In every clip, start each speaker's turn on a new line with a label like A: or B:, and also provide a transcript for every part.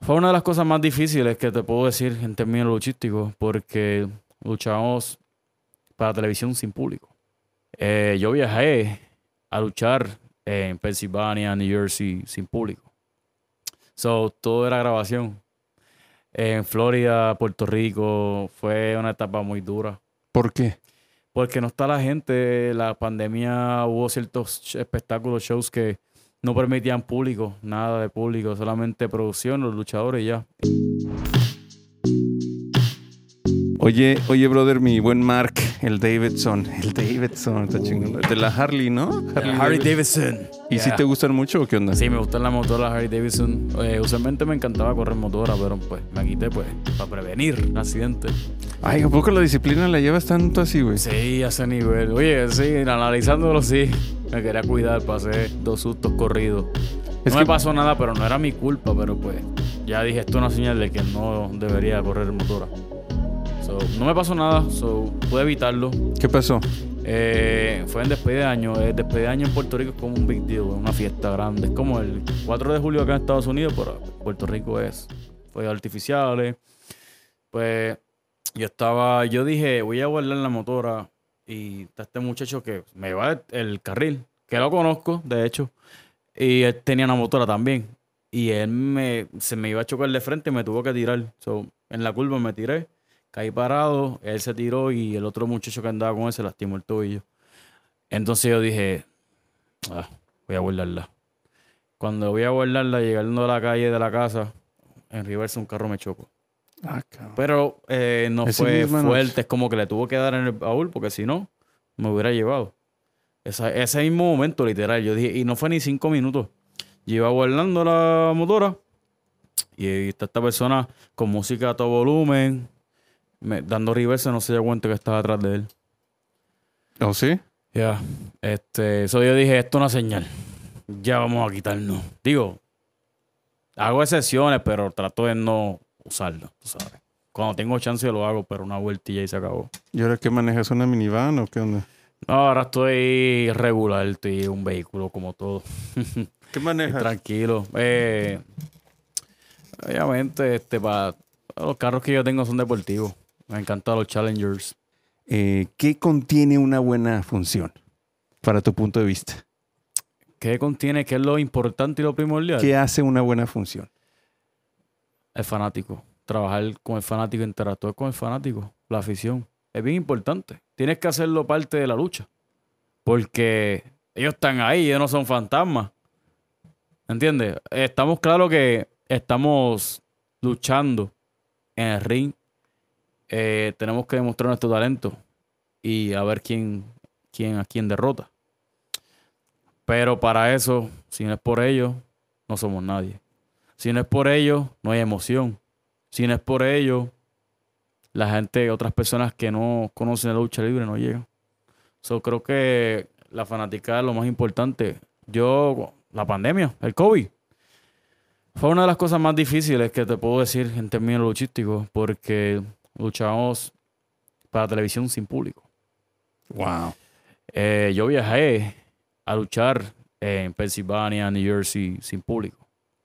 A: Fue una de las cosas más difíciles que te puedo decir en términos luchísticos, porque luchamos para televisión sin público. Yo viajé a luchar en Pensilvania, New Jersey, sin público. So, todo era grabación. En Florida, Puerto Rico, fue una etapa muy dura.
B: ¿Por qué?
A: Porque no está la gente, la pandemia, hubo ciertos espectáculos, shows que no permitían público, nada de público, solamente producción, los luchadores y ya.
B: Oye, brother, mi buen Mark, el Davidson, está chingón. De la Harley, ¿no?
A: Harley Davidson.
B: ¿Y si te gustan mucho o qué onda?
A: Sí, me gustan las motoras Harley Davidson. Usualmente me encantaba correr motora, pero pues me quité pues para prevenir accidentes.
B: Ay, ¿a poco la disciplina la llevas tanto así, güey?
A: Sí, a ese nivel. Oye, sí, analizándolo, sí. Me quería cuidar, pasé 2 sustos corridos. No me pasó nada, pero no era mi culpa, pero pues ya dije, esto es una señal de que no debería correr motora. So, no me pasó nada, pude evitarlo.
B: ¿Qué pasó?
A: Fue en despedida de año. Despedida de año en Puerto Rico es como un big deal, es una fiesta grande. Es como el 4 de julio acá en Estados Unidos, pero Puerto Rico es fuegos artificiales. Pues yo dije, voy a guardar la motora y está este muchacho que me lleva el carril, que lo conozco, de hecho, y él tenía una motora también. Y se me iba a chocar de frente y me tuvo que tirar. En la curva me tiré. Caí parado, él se tiró y el otro muchacho que andaba con él se lastimó el tobillo. Entonces yo dije, voy a guardarla. Cuando voy a guardarla, llegando a la calle de la casa, en reversa un carro me chocó. Pero no fue fuerte, es como que le tuvo que dar en el baúl porque si no, me hubiera llevado. Ese mismo momento, literal, yo dije, y no fue ni 5 minutos. Yo iba guardando la motora y está esta persona con música a todo volumen, dando reversa, no se dio cuenta que estaba atrás de él.
B: ¿Oh, sí?
A: Ya. Yo dije, esto es una señal. Ya vamos a quitarnos. Digo, hago excepciones, pero trato de no usarlo, tú sabes. Cuando tengo chance lo hago, pero una vueltilla y se acabó.
B: ¿Y ahora qué manejas? ¿Una minivan o qué onda?
A: No, ahora estoy regular, estoy en un vehículo como todo.
B: ¿Qué manejas?
A: Tranquilo. Obviamente, para los carros que yo tengo son deportivos. Me encantan los Challengers.
B: ¿Qué contiene una buena función para tu punto de vista?
A: ¿Qué contiene? ¿Qué es lo importante y lo primordial?
B: ¿Qué hace una buena función?
A: El fanático. Trabajar con el fanático, interactuar con el fanático. La afición. Es bien importante. Tienes que hacerlo parte de la lucha. Porque ellos están ahí, ellos no son fantasmas. ¿Entiendes? Estamos claros que estamos luchando en el ring. Tenemos que demostrar nuestro talento y a ver quién a quién derrota. Pero para eso, si no es por ellos, no somos nadie. Si no es por ellos, no hay emoción. Si no es por ellos, la gente, otras personas que no conocen la lucha libre no llegan. Creo que la fanaticada es lo más importante. La pandemia, el COVID, fue una de las cosas más difíciles que te puedo decir en términos luchísticos, porque luchamos para televisión sin público.
B: Wow.
A: Yo viajé a luchar en Pensilvania, New Jersey, sin público.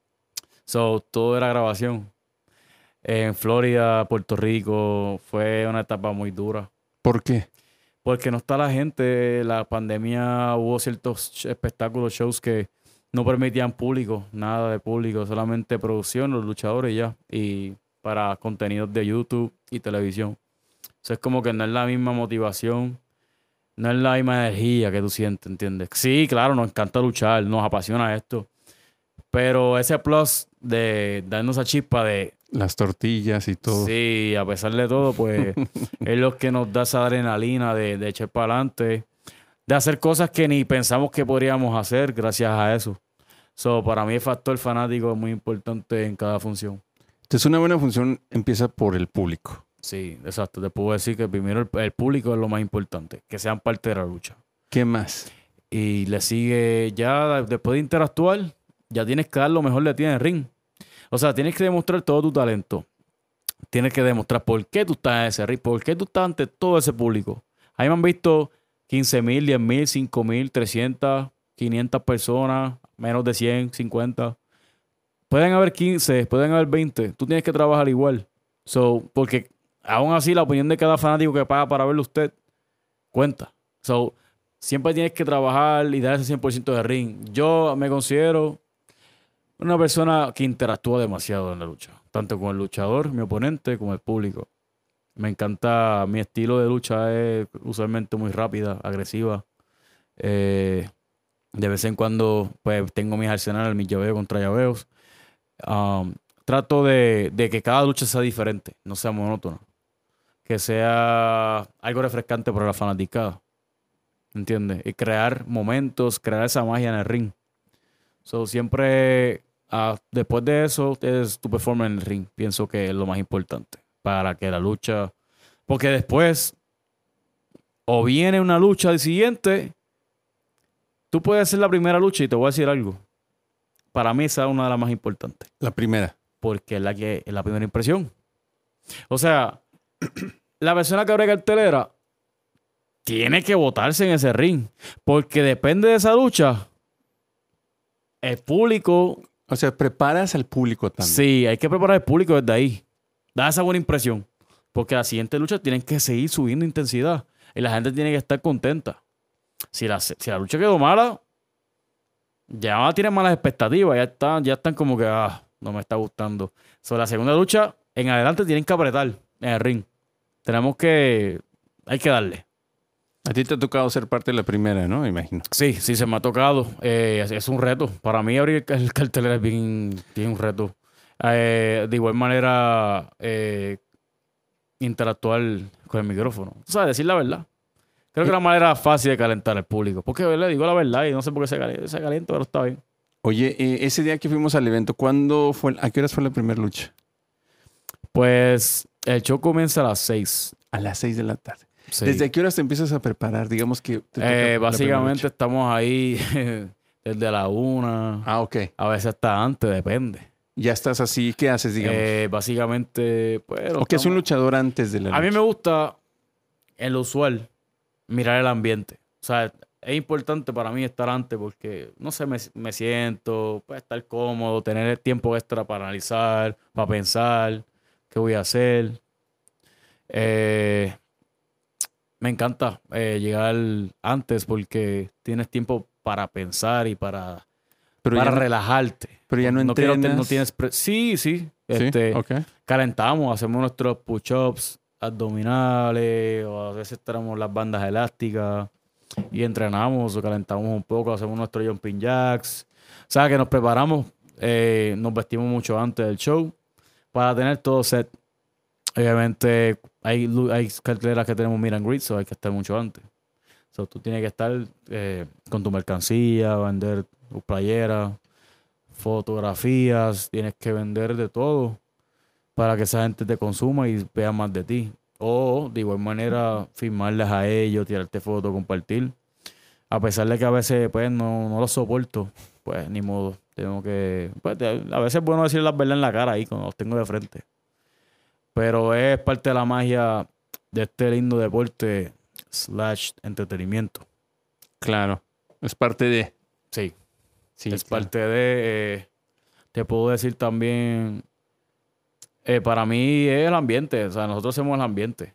A: Todo era grabación. En Florida, Puerto Rico, fue una etapa muy dura.
B: ¿Por qué?
A: Porque no está la gente, la pandemia, hubo ciertos espectáculos, shows que no permitían público, nada de público, solamente producción, los luchadores y ya. Y para contenidos de YouTube y televisión. Es como que no es la misma motivación, no es la misma energía que tú sientes, ¿entiendes? Sí, claro, nos encanta luchar, nos apasiona esto. Pero ese plus de darnos esa chispa de...
B: Las tortillas y todo.
A: Sí, a pesar de todo, pues es lo que nos da esa adrenalina de echar para adelante, de hacer cosas que ni pensamos que podríamos hacer gracias a eso. Para mí el factor fanático es muy importante en cada función.
B: Entonces una buena función empieza por el público.
A: Sí, exacto. Te puedo decir que primero el público es lo más importante, que sean parte de la lucha.
B: ¿Qué más?
A: Y le sigue ya, después de interactuar, ya tienes que dar lo mejor de ti en el ring. O sea, tienes que demostrar todo tu talento. Tienes que demostrar por qué tú estás en ese ring, por qué tú estás ante todo ese público. Ahí me han visto 15,000, 10,000, 5,000, 300, 500 personas, menos de 100, 50. pueden haber 15, pueden haber 20. Tú tienes que trabajar igual. So, porque aún así la opinión de cada fanático que paga para verlo usted cuenta. So, siempre tienes que trabajar y dar ese 100% de ring. Yo me considero una persona que interactúa demasiado en la lucha. Tanto con el luchador, mi oponente, como el público. Me encanta, mi estilo de lucha es usualmente muy rápida, agresiva. De vez en cuando pues tengo mis arsenales, mis llaveos contra llaveos. Trato de que cada lucha sea diferente, no sea monótona. Que sea algo refrescante para la fanaticada. ¿Entiendes? Y crear momentos, crear esa magia en el ring. So, siempre, después de eso, es tu performance en el ring. Pienso que es lo más importante para que la lucha... Porque después, o viene una lucha al siguiente, tú puedes hacer la primera lucha y te voy a decir algo. Para mí esa es una de las más importantes.
B: La primera.
A: Porque es la primera impresión. O sea, la persona que abre cartelera tiene que botarse en ese ring. Porque depende de esa lucha, el público...
B: O sea, preparas al público también.
A: Sí, hay que preparar al público desde ahí. Da esa buena impresión. Porque la siguiente lucha tienen que seguir subiendo intensidad. Y la gente tiene que estar contenta. Si la lucha quedó mala, ya tienen malas expectativas. Ya están como que, no me está gustando. Sobre la segunda lucha, en adelante tienen que apretar en el ring. Hay que darle.
B: A ti te ha tocado ser parte de la primera, ¿no? Imagino.
A: Sí, se me ha tocado. Es un reto. Para mí abrir el cartelera es bien un reto. De igual manera, interactuar con el micrófono. O sea, decir la verdad. Creo que es la manera fácil de calentar al público. Porque le digo la verdad y no sé por qué se calienta, pero está bien.
B: Oye, ese día que fuimos al evento, ¿a qué horas fue la primera lucha?
A: Pues el show comienza a las 6.
B: A las 6 de la tarde.
A: Sí.
B: ¿Desde qué horas te empiezas a preparar? Digamos que...
A: Básicamente estamos ahí desde la 1.
B: Ah, ok.
A: A veces hasta antes, depende.
B: Ya estás así, ¿qué haces, digamos?
A: Básicamente, pues...
B: ¿O qué es un luchador antes de la lucha?
A: A mí me gusta, en lo usual, mirar el ambiente. O sea, es importante para mí estar antes porque, no sé, me siento, pues, estar cómodo, tener el tiempo extra para analizar, para pensar qué voy a hacer. Me encanta llegar antes porque tienes tiempo para pensar y para relajarte.
B: Pero ya no entrenas.
A: No tienes sí.
B: ¿Sí? Okay.
A: Calentamos, hacemos nuestros push-ups abdominales, o a veces tenemos las bandas elásticas y entrenamos o calentamos un poco, hacemos nuestros jumping jacks. O sea, que nos preparamos, nos vestimos mucho antes del show para tener todo set. Obviamente hay carteleras que tenemos meet and greet, so hay que estar mucho antes. So, tú tienes que estar con tu mercancía, vender tu playera, fotografías, tienes que vender de todo para que esa gente te consuma y vea más de ti. O, de igual manera, firmarles a ellos, tirarte fotos, compartir. A pesar de que a veces pues, no los soporto, pues ni modo. Tengo que... Pues, a veces es bueno decir las verdades en la cara ahí cuando los tengo de frente. Pero es parte de la magia de este lindo deporte / entretenimiento.
B: Claro. Es parte de...
A: Sí. Es
B: claro.
A: parte de... te puedo decir también... para mí es el ambiente. O sea, nosotros hacemos el ambiente.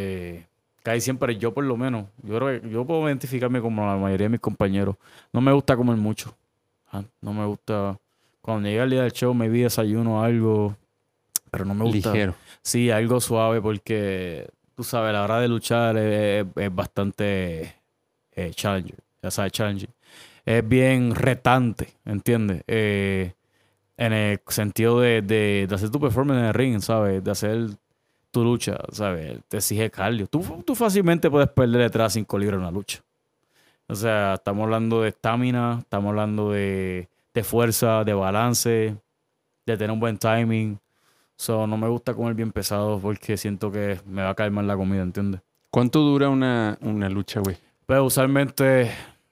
A: Casi siempre yo, por lo menos. Yo creo que yo puedo identificarme como la mayoría de mis compañeros. No me gusta comer mucho. No me gusta... Cuando llega el día del show, me vi desayuno algo... Pero no me gusta.
B: Ligero.
A: Sí, algo suave porque, tú sabes, la hora de luchar es bastante challenging. Ya sabes, challenging. Es bien retante, ¿entiendes? En el sentido de hacer tu performance en el ring, ¿sabes? De hacer tu lucha, ¿sabes? Te exige cardio. Tú fácilmente puedes perder detrás de 5 libras en una lucha. O sea, estamos hablando de estamina, estamos hablando de fuerza, de balance, de tener un buen timing. So, no me gusta comer bien pesado porque siento que me va a caer mal la comida, ¿entiendes?
B: ¿Cuánto dura una lucha, güey?
A: Pues usualmente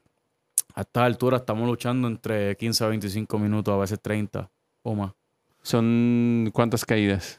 A: a esta altura estamos luchando entre 15 a 25 minutos, a veces 30 o más.
B: ¿Son cuántas caídas?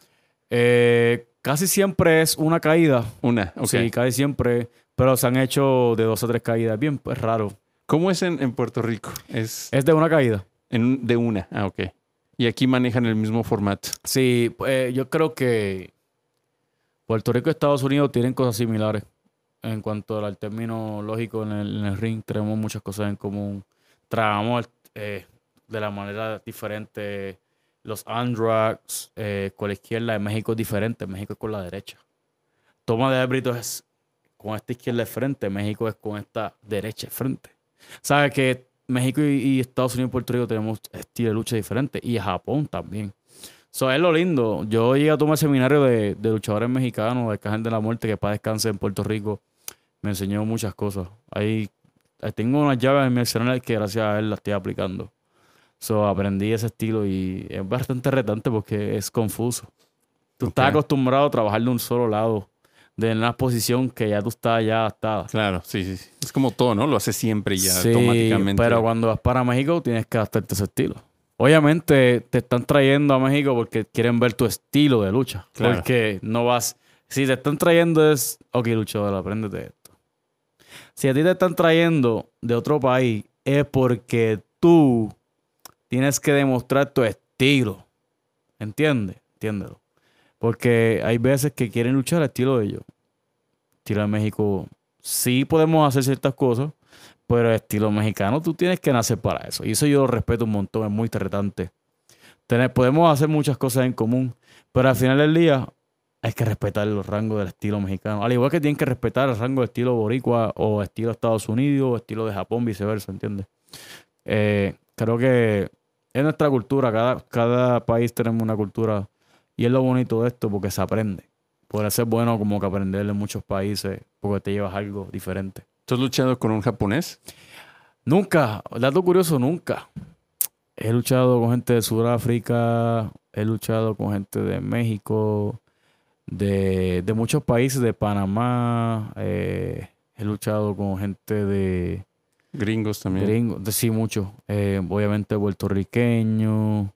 A: Casi siempre es una caída.
B: Una, ok.
A: Sí, casi siempre. Pero se han hecho de 2 o 3 caídas. Bien, pues raro.
B: ¿Cómo es en Puerto Rico?
A: Es de una caída.
B: De una, ok. Y aquí manejan el mismo formato.
A: Sí, yo creo que Puerto Rico y Estados Unidos tienen cosas similares en cuanto al término lógico en el ring. Tenemos muchas cosas en común. Trabajamos de la manera diferente. Los undrags con la izquierda de México es diferente. México es con la derecha. Toma de árbitros es con esta izquierda de frente. México es con esta derecha de frente. ¿Sabes que México y Estados Unidos y Puerto Rico tenemos estilo de lucha diferente? Y Japón también. Eso es lo lindo. Yo llegué a tomar seminario de luchadores mexicanos, de Cajen de la Muerte, que para descanse en Puerto Rico. Me enseñó muchas cosas. Ahí tengo unas llaves en mi arsenal que gracias a él las estoy aplicando. Aprendí ese estilo y es bastante retante porque es confuso. Tú estás acostumbrado a trabajar de un solo lado, de una posición que ya tú estás ya adaptada.
B: Claro, sí. Es como todo, ¿no? Lo haces siempre ya
A: sí,
B: automáticamente.
A: Pero cuando vas para México tienes que adaptarte a ese estilo. Obviamente te están trayendo a México porque quieren ver tu estilo de lucha. Claro. Porque no vas... Si te están trayendo es... Ok, luchador, apréndete esto. Si a ti te están trayendo de otro país es porque tú tienes que demostrar tu estilo. ¿Entiendes? Entiéndelo. Porque hay veces que quieren luchar al estilo de ellos. Estilo de México, sí podemos hacer ciertas cosas, pero el estilo mexicano tú tienes que nacer para eso. Y eso yo lo respeto un montón, es muy retante. Podemos hacer muchas cosas en común, pero al final del día hay que respetar los rangos del estilo mexicano. Al igual que tienen que respetar el rango del estilo boricua o estilo de Estados Unidos o estilo de Japón, viceversa, ¿entiendes? Creo que es nuestra cultura. Cada país tenemos una cultura. Y es lo bonito de esto porque se aprende. Puede ser bueno como que aprender en muchos países porque te llevas algo diferente.
B: ¿Tú has luchado con un japonés?
A: Nunca. Dato curioso, nunca. He luchado con gente de Sudáfrica. He luchado con gente de México. De muchos países. De Panamá. He luchado con gente de...
B: Gringos también.
A: Gringos, sí, mucho. Obviamente puertorriqueños.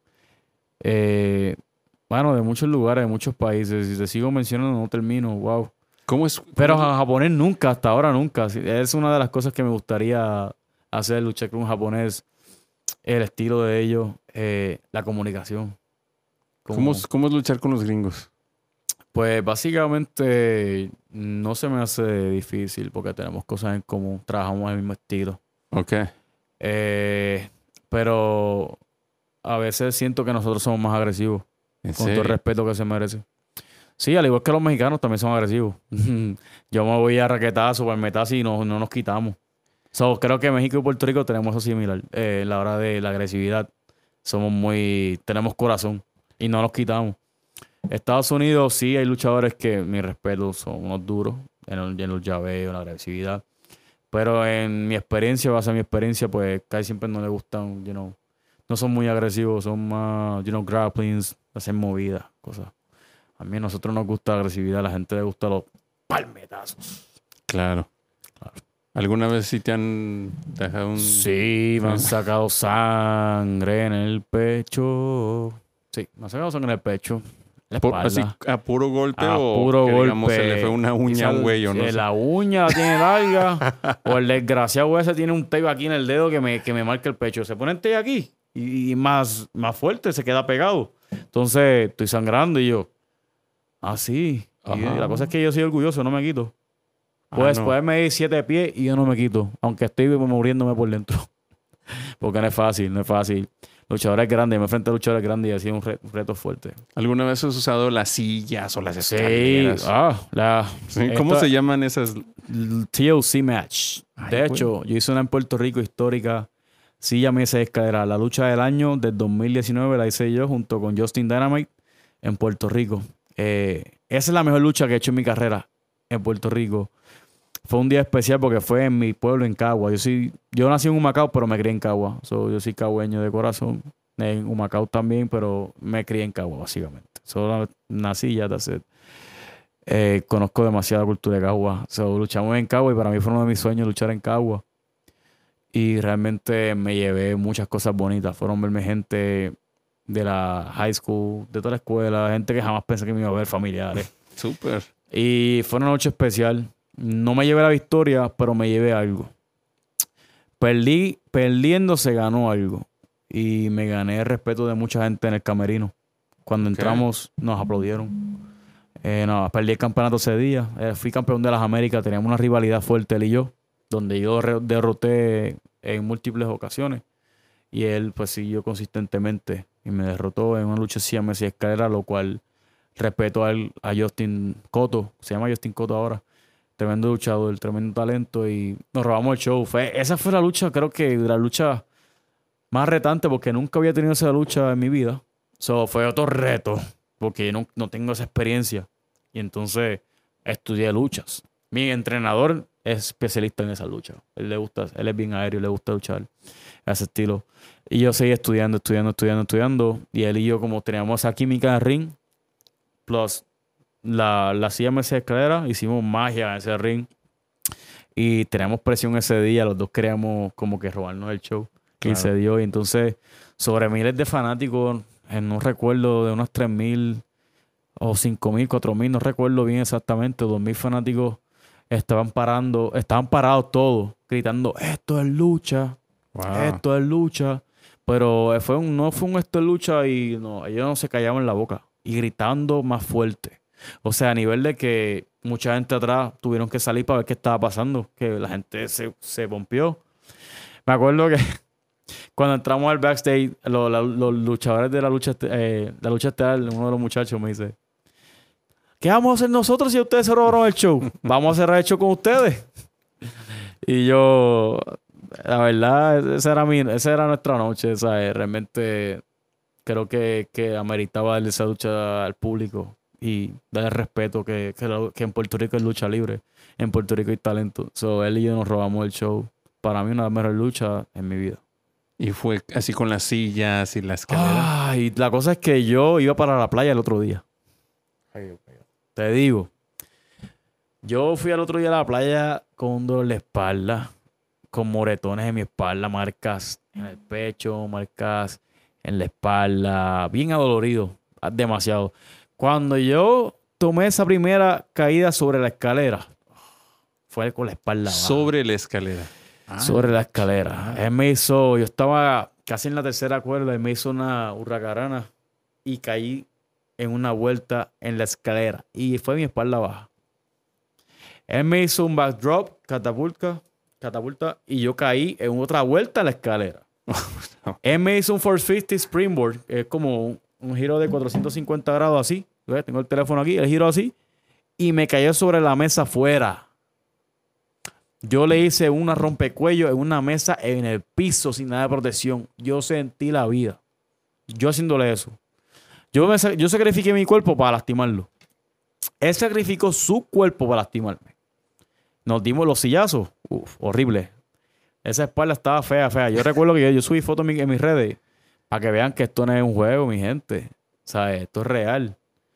A: Bueno, de muchos lugares, de muchos países. Si te sigo mencionando, no termino. Wow.
B: ¿Cómo es?
A: Pero a japonés nunca, hasta ahora nunca. Es una de las cosas que me gustaría hacer, luchar con un japonés. El estilo de ellos, la comunicación.
B: ¿Cómo es luchar con los gringos?
A: Pues básicamente no se me hace difícil porque tenemos cosas en común. Trabajamos en el mismo estilo.
B: Ok.
A: Pero a veces siento que nosotros somos más agresivos. Con todo el respeto que se merece. Sí, al igual que los mexicanos también son agresivos. Yo me voy a raquetazo, palmetazo y no nos quitamos. Creo que México y Puerto Rico tenemos eso similar. La hora de la agresividad. Tenemos corazón y no nos quitamos. Estados Unidos sí hay luchadores que, mi respeto, son unos duros en los llaveos, en la agresividad. Pero en mi experiencia, base a mi experiencia, pues casi siempre no les gustan, no son muy agresivos, son más, grapplings, hacen movidas, cosas. A mí a nosotros nos gusta la agresividad, a la gente le gusta los palmetazos.
B: Claro. ¿Alguna vez sí te han dejado un...?
A: Sí, me han sacado sangre en el pecho. Sí, me han sacado sangre en el pecho.
B: ¿Así a puro golpe
A: puro
B: que,
A: golpe.
B: Digamos, se le fue una uña a un güey o no sé?
A: La uña la tiene larga o el desgraciado ese tiene un tape aquí en el dedo que me marca el pecho. Se pone el tape aquí y más fuerte se queda pegado. Entonces estoy sangrando y yo... sí. Y la cosa es que yo soy orgulloso, no me quito. Puedes medir 7 pies y yo no me quito. Aunque estoy muriéndome por dentro. Porque no es fácil. Luchadores grandes, me enfrento a luchadores grandes y ha sido un reto fuerte.
B: ¿Alguna vez has usado las sillas o las escaleras?
A: Sí.
B: ¿Cómo se llaman esas?
A: TLC match. De hecho, yo hice una en Puerto Rico histórica. Silla, mesa y escalera. La lucha del año del 2019 la hice yo junto con Justin Dynamite en Puerto Rico. Esa es la mejor lucha que he hecho en mi carrera en Puerto Rico. Fue un día especial porque fue en mi pueblo, en Cagua. Yo nací en Humacao, pero me crié en Cagua. Yo soy cagüeño de corazón. En Humacao también, pero me crié en Cagua, básicamente. Solo nací ya, conozco demasiada cultura de Cagua. Luchamos en Cagua y para mí fue uno de mis sueños luchar en Cagua. Y realmente me llevé muchas cosas bonitas. Fueron verme gente de la high school, de toda la escuela, gente que jamás pensé que me iba a ver, familiares.
B: Súper.
A: Y fue una noche especial. No me llevé la victoria, pero me llevé algo. Perdiendo se ganó algo. y me gané el respeto de mucha gente en el camerino. Cuando entramos nos aplaudieron. No, perdí el campeonato ese día. Fui campeón de las Américas. Teníamos una rivalidad fuerte él y yo, donde yo derroté en múltiples ocasiones. Y él pues siguió consistentemente y me derrotó en una lucha siames y escalera, lo cual respeto a Justin Cotto. Se llama Justin Cotto ahora. Tremendo luchador, tremendo talento y nos robamos el show. Esa fue la lucha, creo que la lucha más retante porque nunca había tenido esa lucha en mi vida. Fue otro reto porque no tengo esa experiencia. Y entonces estudié luchas. Mi entrenador es especialista en esa lucha. Él es bien aéreo, le gusta luchar a ese estilo. Y yo seguí estudiando. Y él y yo, como teníamos esa química en el ring, plus la CMS escalera, hicimos magia en ese ring. Y teníamos presión ese día. Los dos queríamos como que robarnos el show. Claro. Y se dio. Y entonces, sobre miles de fanáticos, no recuerdo, de unos 3,000 o 5,000, 4,000, no recuerdo bien exactamente, 2,000 fanáticos estaban parados todos, gritando, esto es lucha, esto es lucha. Pero no fue un esto es lucha y no, ellos no se callaban la boca y gritando más fuerte. O sea, a nivel de que mucha gente atrás tuvieron que salir para ver qué estaba pasando, que la gente se pompió. Me acuerdo que cuando entramos al backstage, los luchadores de la lucha estelar, uno de los muchachos me dice, ¿qué vamos a hacer nosotros si ustedes se robaron el show? Vamos a cerrar el show con ustedes. Y yo, la verdad, esa era nuestra noche, ¿sabes? Realmente creo que ameritaba darle esa lucha al público y darle respeto que en Puerto Rico es lucha libre. En Puerto Rico hay talento. Él y yo nos robamos el show. Para mí una de las mejores luchas en mi vida.
B: Y fue así con las sillas y la escalera.
A: Y la cosa es que yo iba para la playa el otro día. Te digo, yo fui al otro día a la playa con un dolor de espalda, con moretones en mi espalda, marcas en el pecho, marcas en la espalda, bien adolorido, demasiado. Cuando yo tomé esa primera caída sobre la escalera, fue con la espalda baja.
B: Sobre la escalera.
A: Sobre la escalera. Yo estaba casi en la tercera cuerda y me hizo una hurracarana y caí en una vuelta en la escalera y fue mi espalda baja. Él me hizo un backdrop, catapulta y yo caí en otra vuelta en la escalera. Él me hizo un 450 springboard, que es como un giro de 450 grados así. Tengo el teléfono aquí, el giro así y me cayó sobre la mesa afuera. Yo le hice una rompecuello en una mesa en el piso sin nada de protección. Yo sentí la vida. Yo haciéndole eso. Yo sacrifiqué mi cuerpo para lastimarlo. Él sacrificó su cuerpo para lastimarme. Nos dimos los sillazos. Horrible. Esa espalda estaba fea. Yo recuerdo que yo subí fotos en mis redes para que vean que esto no es un juego, mi gente. ¿Sabes? Esto es real.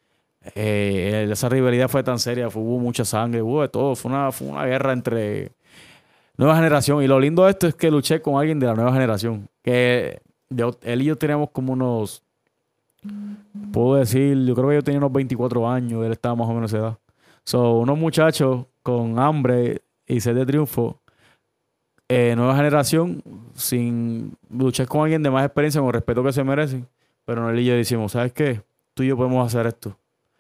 A: Esa rivalidad fue tan seria, hubo mucha sangre, hubo de todo, fue una guerra entre nueva generación. Y lo lindo de esto es que luché con alguien de la nueva generación, que él y yo teníamos como unos, puedo decir, yo creo que yo tenía unos 24 años, él estaba más o menos esa edad. Unos muchachos con hambre y sed de triunfo, nueva generación, sin luchar con alguien de más experiencia, con respeto que se merecen. Pero él y yo decimos, ¿sabes qué? Tú y yo podemos hacer esto.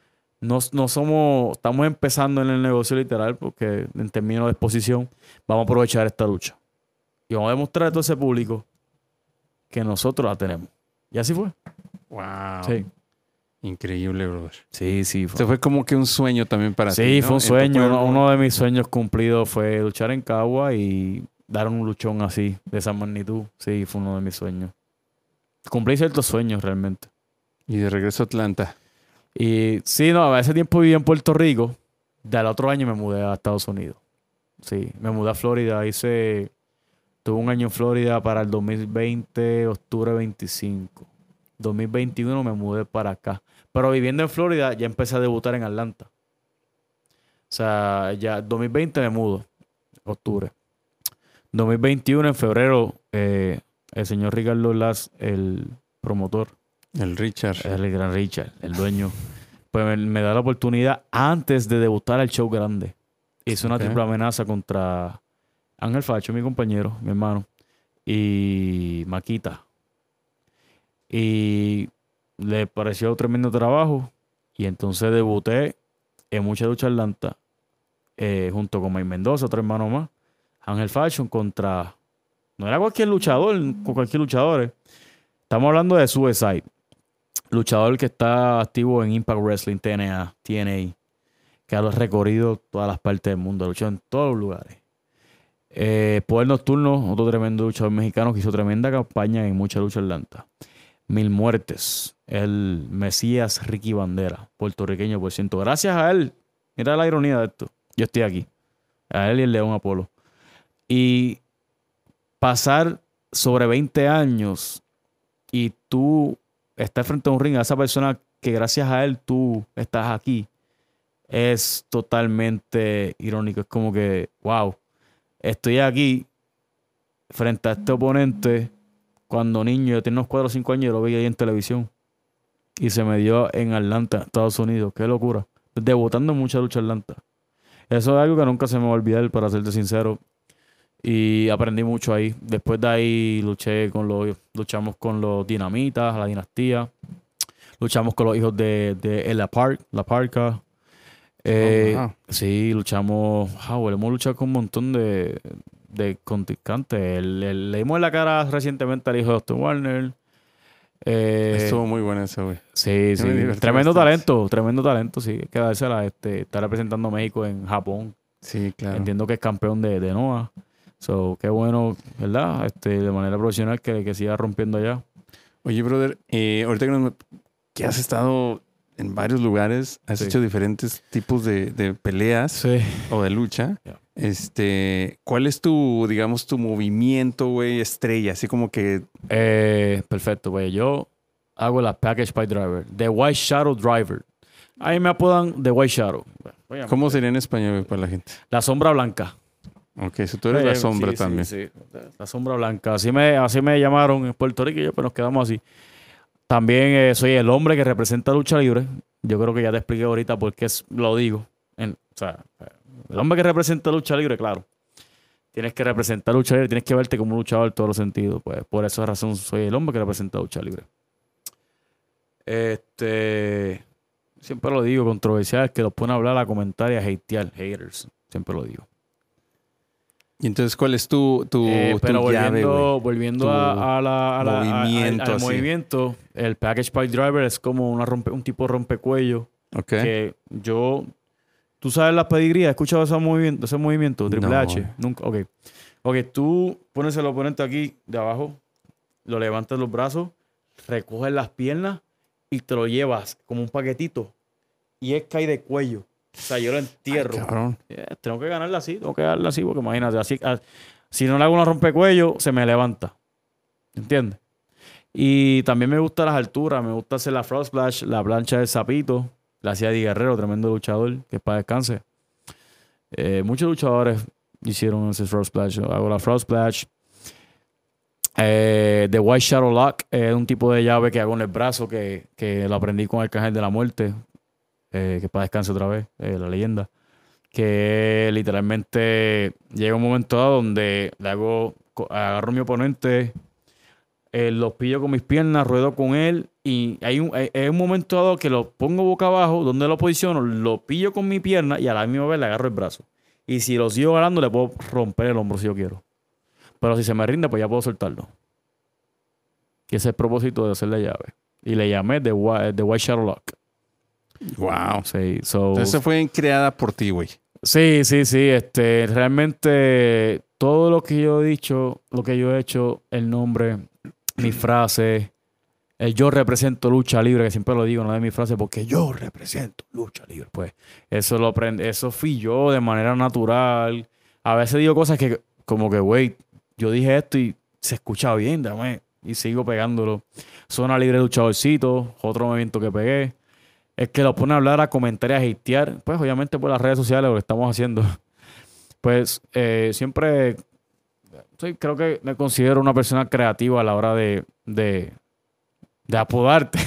A: Estamos empezando en el negocio literal porque en términos de exposición vamos a aprovechar esta lucha. Y vamos a demostrar a todo ese público que nosotros la tenemos. Y así fue.
B: Wow.
A: Sí.
B: Increíble, brother.
A: Sí.
B: Fue como que un sueño también para ti,
A: Sí,
B: ¿no?
A: fue un sueño. Uno de mis sueños cumplidos fue luchar en Cagua y dar un luchón así, de esa magnitud. Sí, fue uno de mis sueños. Cumplí ciertos sueños realmente.
B: Y de regreso a Atlanta.
A: Y sí, a ese tiempo viví en Puerto Rico. Del otro año me mudé a Estados Unidos. Sí, me mudé a Florida. Tuve un año en Florida para el 2020, octubre 25. 2021 me mudé para acá. Pero viviendo en Florida ya empecé a debutar en Atlanta. O sea, ya 2020 me mudo, octubre. 2021 en febrero, el señor Ricardo Las, el promotor.
B: El Richard.
A: El gran Richard, el dueño. Pues me da la oportunidad antes de debutar al show grande. Hice una triple amenaza contra Ángel Facho, mi compañero, mi hermano, y Maquita. Y le pareció tremendo trabajo. Y entonces debuté en Mucha Lucha Atlanta junto con Mike Mendoza, otro hermano más. Ángel Fashion contra... No era cualquier luchador, con cualquier luchador. Estamos hablando de Suicide. Luchador que está activo en Impact Wrestling, TNA, que ha recorrido todas las partes del mundo, ha luchado en todos los lugares. Poder Nocturno, otro tremendo luchador mexicano que hizo tremenda campaña en Mucha Lucha Atlanta. Mil Muertes, el Mesías Ricky Bandera, puertorriqueño por ciento. Gracias a él, mira la ironía de esto, yo estoy aquí. A él y el León Apolo. Y pasar sobre 20 años y tú estás frente a un ring a esa persona que gracias a él tú estás aquí, es totalmente irónico. Es como que, wow, estoy aquí frente a este oponente cuando niño, yo tenía unos 4 o 5 años y lo veía ahí en televisión. Y se me dio en Atlanta, Estados Unidos. Qué locura. Debutando en Mucha Lucha Atlanta. Eso es algo que nunca se me va a olvidar, para serte sincero. Y aprendí mucho ahí. Después de ahí luchamos con los Dinamitas, la Dinastía. Luchamos con los hijos de La Parca.
B: Wow.
A: Sí, luchamos. Hemos luchado con un montón de contrincantes. Le dimos en la cara recientemente al hijo de Austin Warner.
B: Estuvo muy bueno ese, güey.
A: Sí,
B: Yo
A: sí.
B: me divertí
A: Tremendo
B: bastante.
A: talento, sí. Hay que dársela. Está representando a México en Japón.
B: Sí, claro.
A: Entiendo que es campeón de NOAH. So, qué bueno, ¿verdad? De manera profesional que siga rompiendo allá.
B: Oye, brother, ahorita que has estado en varios lugares, has
A: Sí.
B: hecho diferentes tipos de peleas
A: Sí.
B: o de lucha.
A: Yeah.
B: ¿Cuál es tu, digamos, tu movimiento, güey, estrella? Así como que...
A: Perfecto, pues yo hago la Package Pie Driver. The White Shadow Driver. Ahí me apodan The White Shadow. Bueno,
B: ¿Cómo sería en español, güey, para la gente?
A: la sombra blanca.
B: Ok, so tú eres la sombra
A: Sí,
B: también.
A: Sí. La sombra blanca. Así me llamaron en Puerto Rico y yo, pues nos quedamos así. También soy el hombre que representa lucha libre. Yo creo que ya te expliqué ahorita por qué lo digo. O sea, el hombre que representa lucha libre, claro. Tienes que representar lucha libre, tienes que verte como un luchador en todos los sentidos. Pues por esa razón soy el hombre que representa lucha libre. Siempre lo digo, controversial, que los pone a hablar, a comentar y a hatear, haters. Siempre lo digo.
B: Y entonces, ¿cuál es tu
A: pero
B: llave, güey?
A: volviendo
B: Tu
A: al
B: así.
A: movimiento, el Package Pie Driver es como un tipo rompecuello.
B: Ok.
A: Que ¿tú sabes las pedigrías? ¿Has escuchado ese movimiento? Triple
B: No.
A: H. Nunca. Ok, tú pones el oponente aquí de abajo, lo levantas los brazos, recoges las piernas y te lo llevas como un paquetito. Y es cae de cuello. O sea, yo lo entierro.
B: Ay, cabrón.
A: Tengo que ganarla así, porque imagínate, si no le hago una rompecuello, se me levanta. ¿Entiendes? Y también me gustan las alturas, me gusta hacer la Frog Splash, la plancha del sapito, la hacía Eddie Guerrero, tremendo luchador, que es para descanse. Muchos luchadores hicieron ese Frog Splash. Yo hago la Frog Splash. The White Shadow Lock es un tipo de llave que hago en el brazo que lo aprendí con Arcángel de la Muerte. Que para descanse otra vez, la leyenda. Que literalmente llega un momento dado donde agarro a mi oponente, lo pillo con mis piernas, ruedo con él y hay un momento dado que lo pongo boca abajo, donde lo posiciono, lo pillo con mi pierna y a la misma vez le agarro el brazo. Y si lo sigo ganando, le puedo romper el hombro si yo quiero. Pero si se me rinde, pues ya puedo soltarlo. Y ese es el propósito de hacer la llave. Y le llamé The White Shadow Lock.
B: Wow.
A: Sí,
B: Esa fue creada por ti, güey.
A: Sí. Realmente todo lo que yo he dicho, lo que yo he hecho, el nombre, mi frase, el yo represento lucha libre, que siempre lo digo, no es mi frase, porque yo represento lucha libre. Pues eso lo aprendí, eso fui yo de manera natural. A veces digo cosas que, como que, güey, yo dije esto y se escucha bien, dame, y sigo pegándolo. Zona libre luchadorcito, otro movimiento que pegué. Es que lo pone a hablar, a comentar y a hatear, pues obviamente por las redes sociales lo que estamos haciendo. Pues siempre creo que me considero una persona creativa a la hora de apodarte,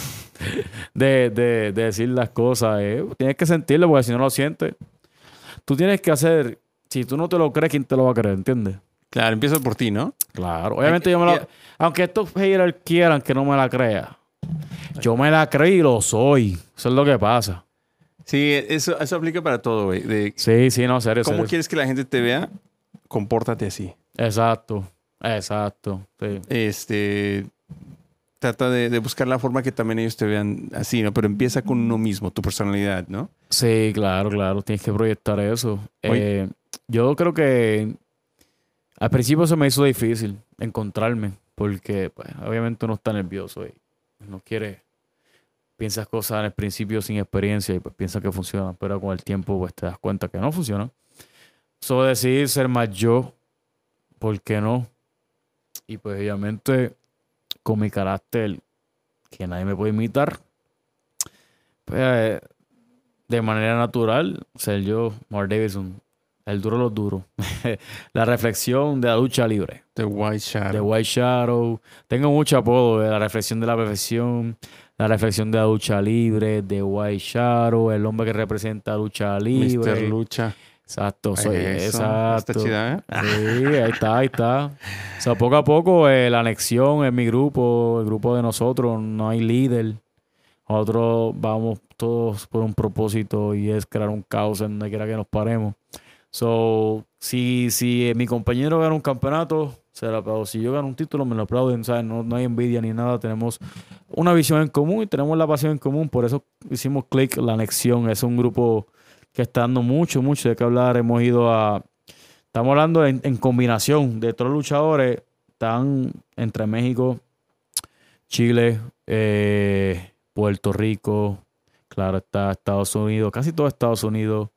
A: de decir las cosas. Tienes que sentirlo porque si no lo sientes, tú tienes que hacer, si tú no te lo crees, ¿quién te lo va a creer? ¿Entiendes?
B: Claro, empieza por ti, ¿no?
A: Claro. Obviamente yo me lo... Aunque estos haters quieran que no me la crea, yo me la creo y lo soy. Eso es lo que pasa.
B: Sí, eso aplica para todo, güey.
A: Sí, no, serio,
B: ¿Cómo
A: serio.
B: quieres que la gente te vea? Compórtate así.
A: Exacto. Sí.
B: Trata de buscar la forma que también ellos te vean así, ¿no? Pero empieza con uno mismo, tu personalidad, ¿no?
A: Sí, claro. Tienes que proyectar eso. Yo creo que al principio se me hizo difícil encontrarme porque pues, obviamente uno está nervioso y no quiere, piensas cosas en el principio sin experiencia y pues piensas que funcionan, pero con el tiempo pues te das cuenta que no funcionan. So decidí ser más yo, ¿por qué no? Y pues obviamente con mi carácter que nadie me puede imitar, pues de manera natural ser yo, Mark Davidson, el duro de los duros. La reflexión de la lucha libre.
B: The White Shadow.
A: The White Shadow. Tengo mucho apodo. La reflexión de la perfección. La reflexión de la lucha libre. The White Shadow. El hombre que representa lucha libre.
B: Mr. Lucha.
A: Exacto.
B: Está chida, ¿eh?
A: Sí, ahí está. O sea, poco a poco la anexión en mi grupo, el grupo de nosotros, no hay líder. Nosotros vamos todos por un propósito y es crear un caos en donde quiera que nos paremos. So, si mi compañero gana un campeonato, se lo aplaudo. Si yo gano un título, me lo aplauden. ¿Sabes? No hay envidia ni nada. Tenemos una visión en común y tenemos la pasión en común. Por eso hicimos click, la anexión. Es un grupo que está dando mucho de qué hablar. Estamos hablando en combinación de todos los luchadores. Están entre México, Chile, Puerto Rico, claro, está Estados Unidos, casi todo Estados Unidos.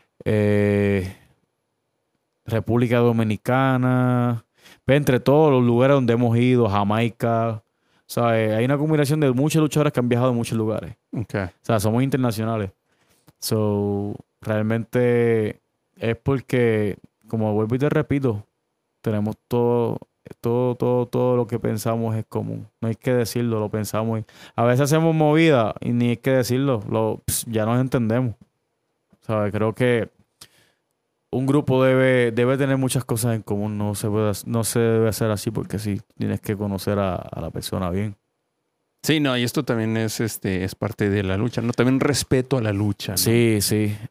A: República Dominicana, entre todos los lugares donde hemos ido, Jamaica, ¿sabes? Hay una combinación de muchos luchadores que han viajado a muchos lugares.
B: Okay.
A: O sea, somos internacionales. So, realmente es porque, como vuelvo y te repito, tenemos todo lo que pensamos es común. No hay que decirlo, lo pensamos. A veces hacemos movidas y ni hay que decirlo, ya nos entendemos. ¿Sabes? Creo que un grupo debe tener muchas cosas en común. No se debe hacer así porque sí, tienes que conocer a la persona bien.
B: Sí, no, y esto también es parte de la lucha, ¿no? También respeto a la lucha, ¿no?
A: Sí,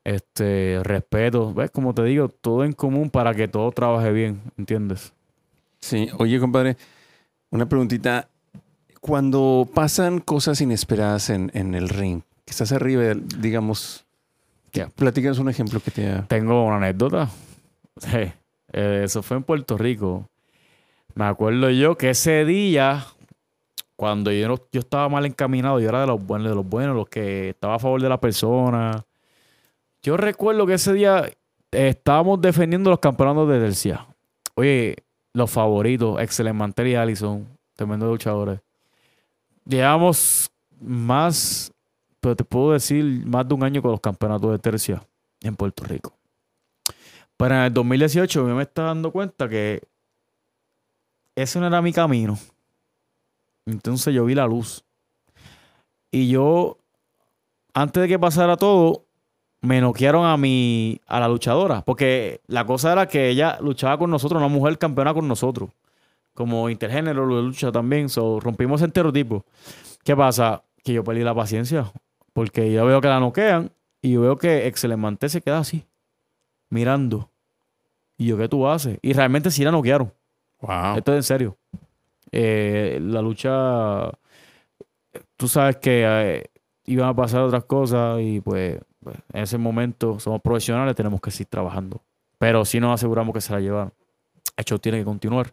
A: respeto. ¿Ves? Como te digo, todo en común para que todo trabaje bien, ¿entiendes?
B: Sí, oye, compadre, una preguntita. Cuando pasan cosas inesperadas en el ring, que estás arriba, digamos... Platícanos un ejemplo que te...
A: Tengo una anécdota. Sí. Eso fue en Puerto Rico. Me acuerdo yo que ese día, cuando yo estaba mal encaminado, yo era de los buenos, los que estaba a favor de la persona. Yo recuerdo que ese día estábamos defendiendo los campeonatos de tercia. Oye, los favoritos, Excellent Mantel y Allison, tremendos luchadores. Llevamos más... Pero te puedo decir más de un año con los campeonatos de tercia en Puerto Rico. Pero en el 2018 yo me estaba dando cuenta que ese no era mi camino. Entonces yo vi la luz. Y yo, antes de que pasara todo, me noquearon a la luchadora. Porque la cosa era que ella luchaba con nosotros, una mujer campeona con nosotros. Como intergénero de lucha también. So, rompimos ese estereotipo. ¿Qué pasa? Que yo perdí la paciencia. Porque yo veo que la noquean y yo veo que Excellent Mantel se queda así, mirando. Y yo, ¿qué tú haces? Y realmente sí la noquearon.
B: Wow.
A: Esto es en serio. La lucha, tú sabes que iban a pasar otras cosas y pues en ese momento somos profesionales, tenemos que seguir trabajando. Pero sí nos aseguramos que se la llevaron. El show tiene que continuar.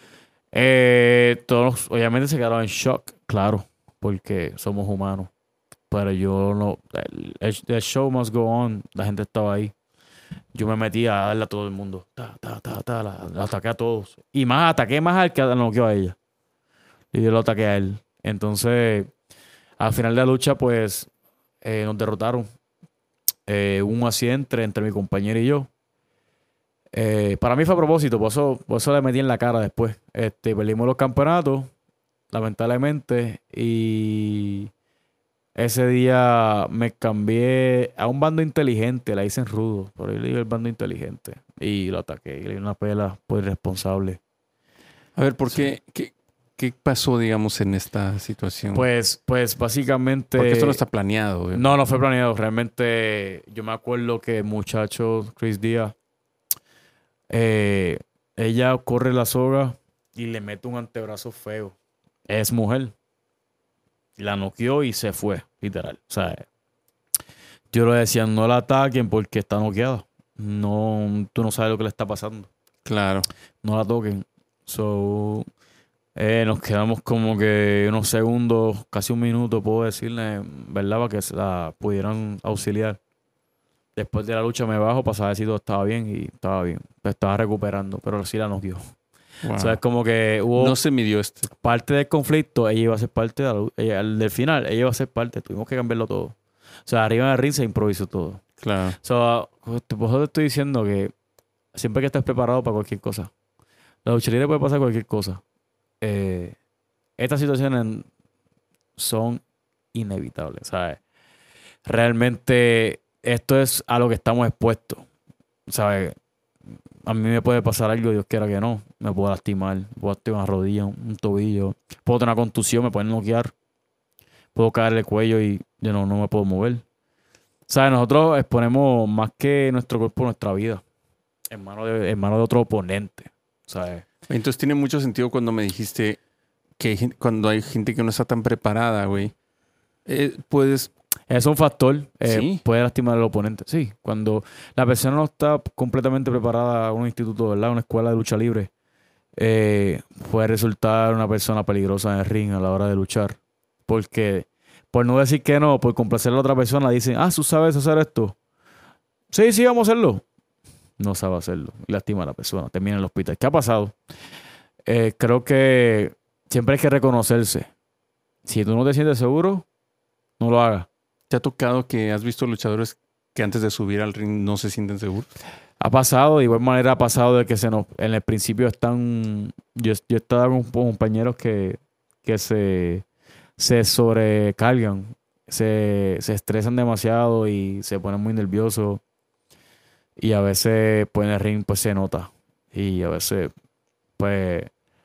A: Todos obviamente se quedaron en shock, claro, porque somos humanos. Pero yo no... El show must go on. La gente estaba ahí. Yo me metí a darle a todo el mundo. La ataqué a todos. Y ataqué más al que noqueó a ella. Y yo lo ataqué a él. Entonces, al final de la lucha, pues, nos derrotaron. Hubo un accidente entre mi compañero y yo. Para mí fue a propósito. Por eso le metí en la cara después. Perdimos los campeonatos, lamentablemente. Y... ese día me cambié a un bando inteligente, la hice en rudo, por ahí le digo el bando inteligente. Y lo ataqué, y le di una pela por irresponsable.
B: A ver, ¿por
A: Sí.
B: qué pasó, digamos, en esta situación?
A: Pues básicamente...
B: Porque esto no está planeado, güey.
A: No fue planeado. Realmente yo me acuerdo que el muchacho, Chris Díaz, ella corre la soga y le mete un antebrazo feo. Es mujer. La noqueó y se fue, literal. O sea, yo le decía, no la ataquen porque está noqueada. No, tú no sabes lo que le está pasando.
B: Claro.
A: No la toquen. So, nos quedamos como que unos segundos, casi un minuto, puedo decirle, ¿verdad? Para que se la pudieran auxiliar. Después de la lucha me bajo para saber si todo estaba bien y estaba bien. Pues estaba recuperando, pero sí la noqueó.
B: Wow.
A: O sea, es como que hubo
B: No se midió esto.
A: parte del conflicto, ella iba a ser parte de la lucha. Del final, ella iba a ser parte. Tuvimos que cambiarlo todo. O sea, arriba en el ring se improvisó todo.
B: Claro.
A: O sea, por eso te estoy diciendo que siempre que estés preparado para cualquier cosa. La lucha libre puede pasar cualquier cosa. Estas situaciones son inevitables, ¿sabes? Realmente esto es a lo que estamos expuestos, ¿sabes? A mí me puede pasar algo, Dios quiera que no. Me puedo lastimar, puedo lastimar una rodilla, un tobillo. Puedo tener una contusión, me pueden noquear. Puedo caerle el cuello y yo no me puedo mover. ¿Sabes? Nosotros exponemos más que nuestro cuerpo, nuestra vida. En manos de otro oponente, ¿sabes?
B: Entonces tiene mucho sentido cuando me dijiste que cuando hay gente que no está tan preparada, güey, puedes...
A: Es un factor.
B: Sí.
A: Puede lastimar al oponente. Sí. Cuando la persona no está completamente preparada a un instituto, ¿verdad? Una escuela de lucha libre, puede resultar una persona peligrosa en el ring a la hora de luchar. Porque, por no decir que no, por complacer a la otra persona, dicen, tú sabes hacer esto. Sí, vamos a hacerlo. No sabe hacerlo. Y lastima a la persona. Termina en el hospital. ¿Qué ha pasado? Creo que siempre hay que reconocerse. Si tú no te sientes seguro, no lo hagas.
B: ¿Te ha tocado que has visto luchadores que antes de subir al ring no se sienten seguros?
A: Ha pasado, de igual manera ha pasado de que en el principio están... Yo estaba con compañeros que se sobrecargan, se estresan demasiado y se ponen muy nerviosos. Y a veces, pues en el ring, pues se nota. Y a veces, pues...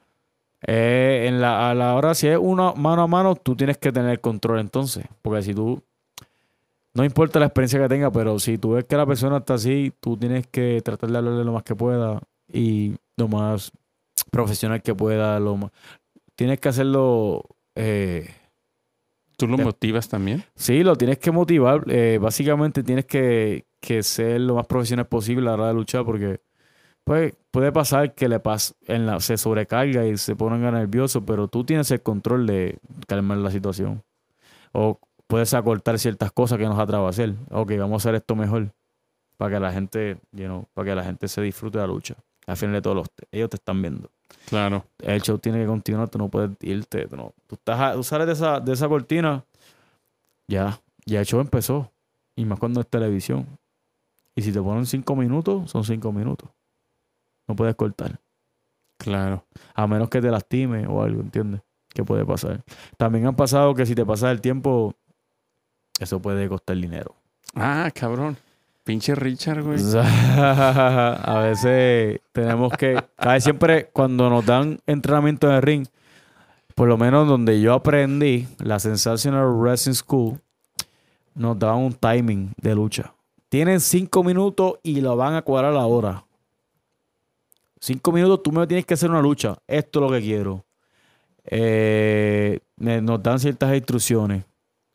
A: a la hora, si es una mano a mano, tú tienes que tener control entonces. Porque si tú... No importa la experiencia que tenga, pero si tú ves que la persona está así, tú tienes que tratar de hablarle lo más que pueda y lo más profesional que pueda. Tienes que hacerlo...
B: ¿Tú lo motivas también?
A: Sí, lo tienes que motivar. Básicamente tienes que ser lo más profesional posible a la hora de luchar porque pues, puede pasar que se sobrecarga y se ponga nervioso, pero tú tienes el control de calmar la situación. O puedes acortar ciertas cosas que nos atraba a hacer. Ok, vamos a hacer esto mejor para que la gente, para que la gente se disfrute de la lucha. Al final de todo, ellos te están viendo.
B: Claro.
A: El show tiene que continuar, tú no puedes irte. Tú sales de esa cortina, ya el show empezó. Y más cuando es televisión. Y si te ponen 5 minutos, son 5 minutos. No puedes cortar.
B: Claro.
A: A menos que te lastime o algo, ¿entiendes? ¿Qué puede pasar? También han pasado que si te pasa el tiempo, eso puede costar dinero.
B: Cabrón. Pinche Richard, güey.
A: A veces tenemos que... Siempre cuando nos dan entrenamiento en el ring, por lo menos donde yo aprendí, la Sensational Wrestling School, nos daban un timing de lucha. Tienen 5 minutos y lo van a cuadrar ahora. 5 minutos, tú me tienes que hacer una lucha. Esto es lo que quiero. Nos dan ciertas instrucciones.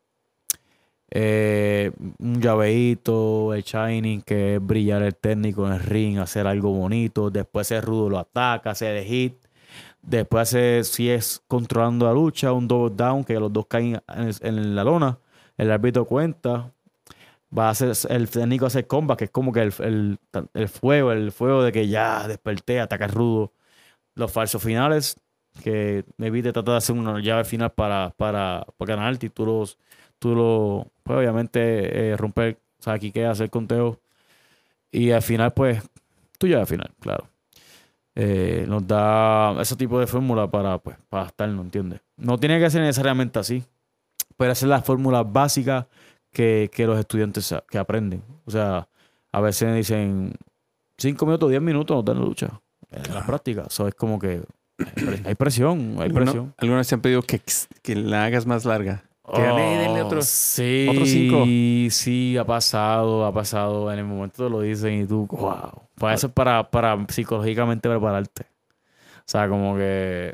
A: Un llaveíto, el shining, que es brillar el técnico en el ring, hacer algo bonito. Después el rudo lo ataca, hace el hit. Después si es controlando la lucha, un double down, que los dos caen en la lona. El árbitro cuenta. Va a hacer el técnico hace combat, que es como que el fuego de que ya desperté, ataca el rudo. Los falsos finales, que maybe te trata de hacer una llave final para ganarte y tú pues obviamente romper, o sea, aquí queda hacer conteo. Y al final, pues, tu llave final, claro. Nos da ese tipo de fórmula para estar, ¿no entiendes? No tiene que ser necesariamente así, Pero esa es la fórmula básica que los estudiantes que aprenden. O sea, a veces dicen 5 minutos, 10 minutos no te dan lucha. En la práctica. Eso es como que hay presión, hay presión.
B: ¿Alguna vez te han pedido que la hagas más larga? Que denle otros
A: sí,
B: 5.
A: Sí, ha pasado. En el momento te lo dicen y tú, wow. Pues eso es para psicológicamente prepararte. O sea, como que...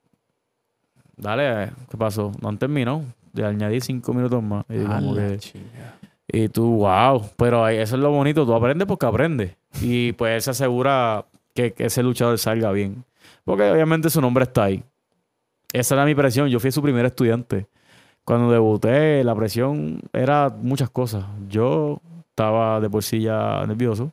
A: Dale, ¿qué pasó? No han terminado. Le añadí 5 minutos más. Y, como que, y tú, wow. Pero ahí, eso es lo bonito. Tú aprendes porque aprendes. Y pues él se asegura que ese luchador salga bien. Porque obviamente su nombre está ahí. Esa era mi presión. Yo fui su primer estudiante. Cuando debuté, la presión era muchas cosas. Yo estaba de por sí ya nervioso.